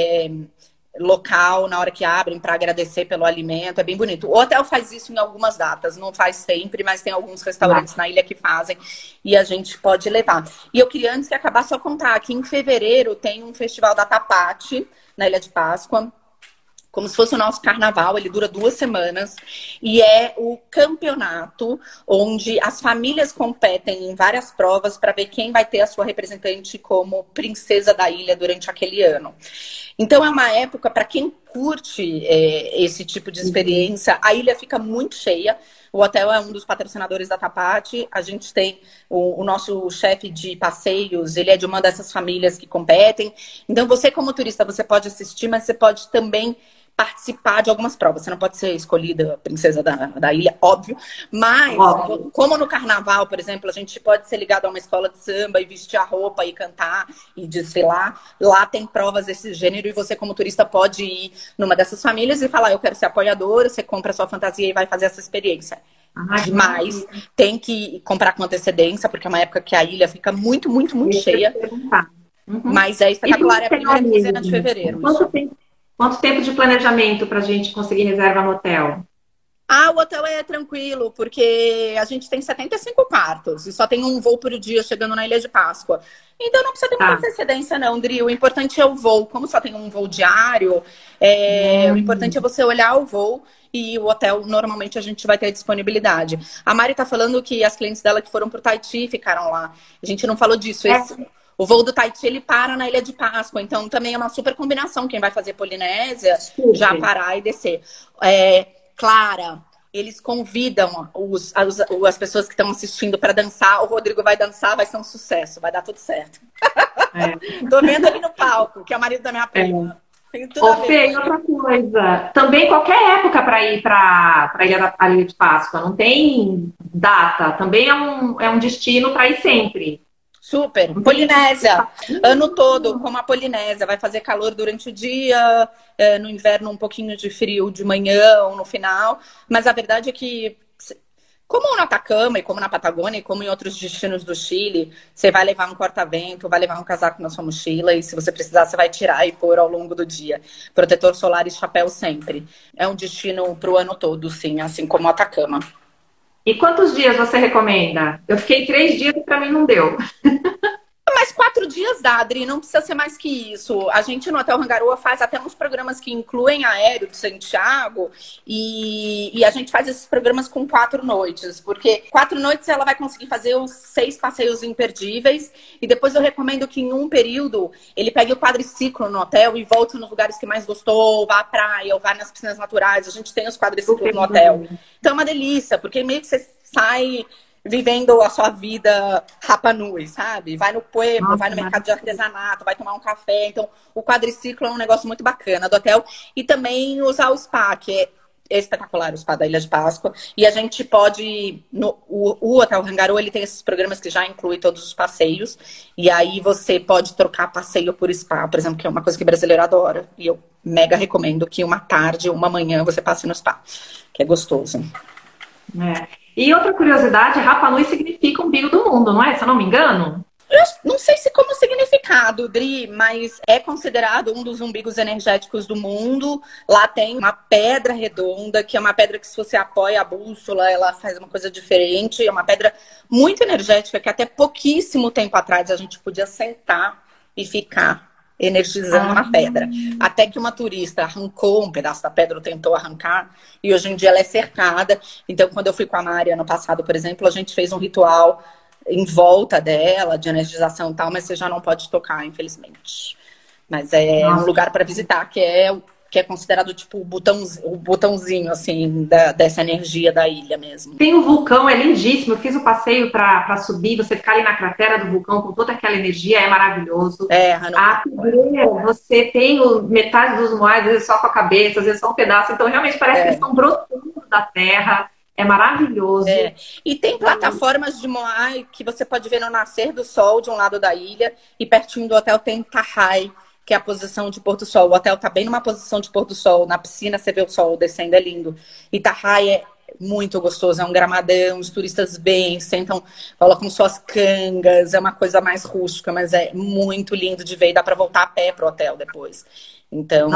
local na hora que abrem para agradecer pelo alimento. É bem bonito. O hotel faz isso em algumas datas, não faz sempre, mas tem alguns restaurantes na ilha que fazem e a gente pode levar. E eu queria, antes que acabar, só contar que em fevereiro tem um festival da Tapati na Ilha de Páscoa, como se fosse o nosso carnaval. Ele dura 2 semanas e é o campeonato onde as famílias competem em várias provas para ver quem vai ter a sua representante como princesa da ilha durante aquele ano. Então é uma época para quem curte esse tipo de experiência. A ilha fica muito cheia. O hotel é um dos patrocinadores da Tapati. A gente tem o nosso chefe de passeios, ele é de uma dessas famílias que competem. Então você, como turista, você pode assistir, mas você pode também participar de algumas provas. Você não pode ser escolhida princesa da ilha, óbvio. Mas, como no carnaval, por exemplo, a gente pode ser ligado a uma escola de samba e vestir a roupa e cantar e desfilar. Lá tem provas desse gênero e você, como turista, pode ir numa dessas famílias e falar, eu quero ser apoiadora, você compra a sua fantasia e vai fazer essa experiência. Mas tem que comprar com antecedência, porque é uma época que a ilha fica muito cheia. Mas é espetacular, é a primeira quinzena de fevereiro. Quanto tempo de planejamento para a gente conseguir reserva no hotel? O hotel é tranquilo, porque a gente tem 75 quartos e só tem um voo por dia chegando na Ilha de Páscoa. Então não precisa ter muita antecedência não, Dri. O importante é o voo. Como só tem um voo diário, o importante é você olhar o voo e o hotel, normalmente, a gente vai ter disponibilidade. A Mari tá falando que as clientes dela que foram pro Tahiti ficaram lá. A gente não falou disso. O voo do Tahiti, ele para na Ilha de Páscoa. Então, também é uma super combinação. Quem vai fazer Polinésia, já parar e descer. Clara, eles convidam as pessoas que estão assistindo para dançar. O Rodrigo vai dançar, vai ser um sucesso. Vai dar tudo certo. Tô vendo ele no palco, que é o marido da minha prima. Fê, outra coisa. Também qualquer época para ir para a Ilha de Páscoa. Não tem data. Também é um destino para ir sempre. Super. Polinésia. Ano todo, como a Polinésia. Vai fazer calor durante o dia, no inverno um pouquinho de frio de manhã ou no final. Mas a verdade é que, como no Atacama e como na Patagônia e como em outros destinos do Chile, você vai levar um corta-vento, vai levar um casaco na sua mochila e se você precisar, você vai tirar e pôr ao longo do dia. Protetor solar e chapéu sempre. É um destino para o ano todo, sim, assim como o Atacama. E quantos dias você recomenda? Eu fiquei 3 dias e para mim não deu. Mas 4 dias dá, Adri, não precisa ser mais que isso. A gente no Hotel Rangaroa faz até uns programas que incluem aéreo de Santiago e a gente faz esses programas com 4 noites, porque 4 noites ela vai conseguir fazer os 6 passeios imperdíveis e depois eu recomendo que em um período ele pegue o quadriciclo no hotel e volte nos lugares que mais gostou, vá à praia ou vá nas piscinas naturais. A gente tem os quadriciclos no hotel. Então é uma delícia, porque meio que você sai vivendo a sua vida Rapa Nui, sabe? Vai no pueblo, vai no mercado de artesanato, vai tomar um café. Então, o quadriciclo é um negócio muito bacana do hotel. E também usar o spa, que é espetacular, o spa da Ilha de Páscoa. E a gente pode... O Hotel Rangaroa, ele tem esses programas que já incluem todos os passeios. E aí você pode trocar passeio por spa, por exemplo, que é uma coisa que brasileiro adora. E eu mega recomendo que uma tarde ou uma manhã você passe no spa, que é gostoso. E outra curiosidade, Rapa Nui significa umbigo do mundo, não é? Se eu não me engano? Eu não sei se como significado, Dri, mas é considerado um dos umbigos energéticos do mundo. Lá tem uma pedra redonda, que é uma pedra que se você apoia a bússola, ela faz uma coisa diferente. É uma pedra muito energética, que até pouquíssimo tempo atrás a gente podia sentar e ficar energizando na pedra. Até que uma turista arrancou um pedaço da pedra, ou tentou arrancar, e hoje em dia ela é cercada. Então, quando eu fui com a Mari ano passado, por exemplo, a gente fez um ritual em volta dela, de energização e tal, mas você já não pode tocar, infelizmente. Mas é um lugar para visitar, que é que é considerado tipo o botãozinho, assim, dessa energia da ilha mesmo. Tem o vulcão, é lindíssimo. Eu fiz o passeio para subir, você ficar ali na cratera do vulcão com toda aquela energia, é maravilhoso. A pedreira, você tem metade dos moais, às vezes só com a cabeça, às vezes só um pedaço. Então, realmente, parece que eles estão brotando da terra. É maravilhoso. E tem plataformas de moai que você pode ver no nascer do sol de um lado da ilha, e pertinho do hotel tem Tahai, que é a posição de pôr do sol. O hotel tá bem numa posição de pôr do sol. Na piscina você vê o sol descendo, é lindo. E Tahai é muito gostoso, é um gramadão, os turistas vêm, sentam, colocam suas cangas, é uma coisa mais rústica, mas é muito lindo de ver e dá para voltar a pé pro hotel depois. Então,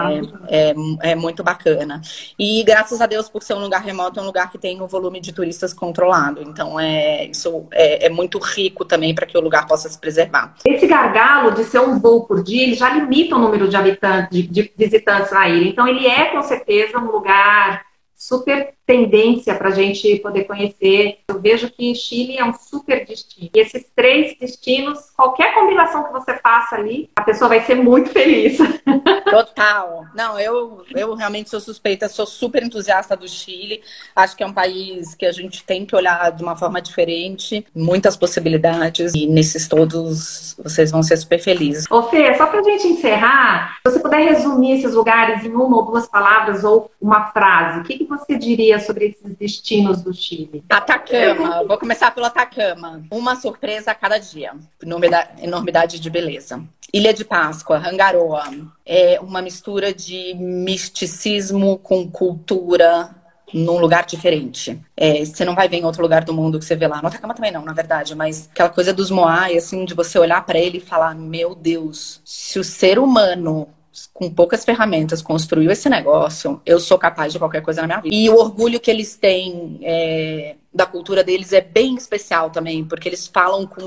é muito bacana. E graças a Deus, por ser um lugar remoto, é um lugar que tem um volume de turistas controlado. Então, isso é muito rico também para que o lugar possa se preservar. Esse gargalo de ser um voo por dia, ele já limita o número de habitantes, de visitantes na ilha. Então, ele é, com certeza, um lugar super tendência para a gente poder conhecer. Eu vejo que Chile é um super destino. E esses 3 destinos, qualquer combinação que você faça ali, a pessoa vai ser muito feliz. Total. Não, eu realmente sou suspeita, sou super entusiasta do Chile. Acho que é um país que a gente tem que olhar de uma forma diferente, muitas possibilidades, e nesses todos vocês vão ser super felizes. Ô Fê, só pra gente encerrar, se você puder resumir esses lugares em 1 ou 2 palavras ou uma frase, o que você diria sobre esses destinos do Chile? Atacama, vou começar pelo Atacama. Uma surpresa a cada dia, enormidade de beleza. Ilha de Páscoa, Hangaroa, é uma mistura de misticismo com cultura num lugar diferente. Você não vai ver em outro lugar do mundo que você vê lá. No Atacama também não, na verdade, mas aquela coisa dos moai, assim, de você olhar pra ele e falar, meu Deus, se o ser humano com poucas ferramentas construiu esse negócio, eu sou capaz de qualquer coisa na minha vida. E o orgulho que eles têm da cultura deles é bem especial também, porque eles falam com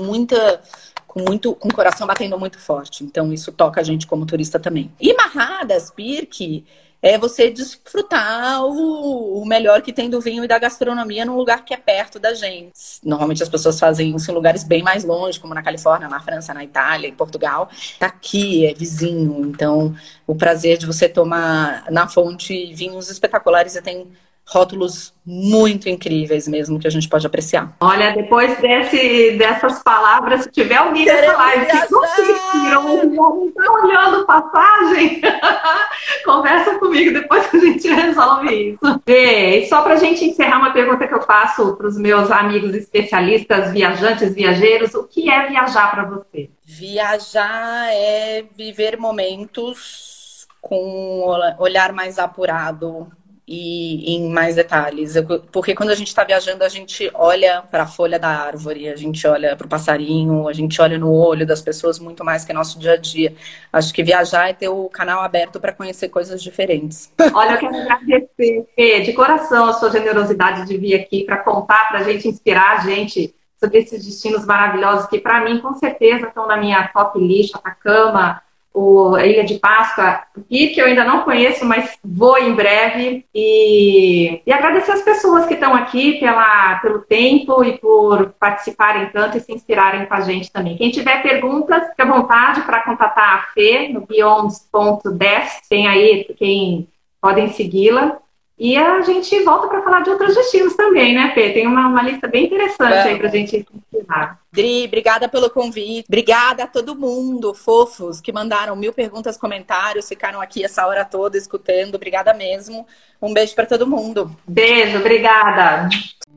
o coração batendo muito forte. Então isso toca a gente como turista também. E Marradas, Pirque, é você desfrutar o melhor que tem do vinho e da gastronomia num lugar que é perto da gente. Normalmente as pessoas fazem isso em lugares bem mais longe, como na Califórnia, na França, na Itália, em Portugal. Aqui é vizinho, então o prazer de você tomar na fonte vinhos espetaculares e tem rótulos muito incríveis mesmo, que a gente pode apreciar. Olha, depois dessas palavras, se tiver alguém nessa live que conseguiram, não está olhando passagem, conversa comigo depois que a gente resolve isso. E só para a gente encerrar, uma pergunta que eu faço para os meus amigos especialistas, viajantes, viajeiros, o que é viajar para você? Viajar é viver momentos com um olhar mais apurado e em mais detalhes. Porque quando a gente está viajando, a gente olha para a folha da árvore, a gente olha para o passarinho, a gente olha no olho das pessoas muito mais que nosso dia a dia. Acho que viajar é ter o canal aberto para conhecer coisas diferentes. Olha, eu quero agradecer, Fê, de coração, a sua generosidade de vir aqui para contar, para a gente inspirar a gente sobre esses destinos maravilhosos que, para mim, com certeza, estão na minha top list, Atacama, a Ilha de Páscoa, que eu ainda não conheço, mas vou em breve. E agradecer as pessoas que estão aqui pelo tempo e por participarem tanto e se inspirarem com a gente também. Quem tiver perguntas, fique à vontade para contatar a Fê no beyond.desk. Tem aí quem podem segui-la. E a gente volta para falar de outros destinos também, né, Fê? Tem uma lista bem interessante aí para a gente ensinar. Dri, obrigada pelo convite. Obrigada a todo mundo, fofos, que mandaram 1000 perguntas, comentários, ficaram aqui essa hora toda escutando. Obrigada mesmo. Um beijo para todo mundo. Beijo, obrigada.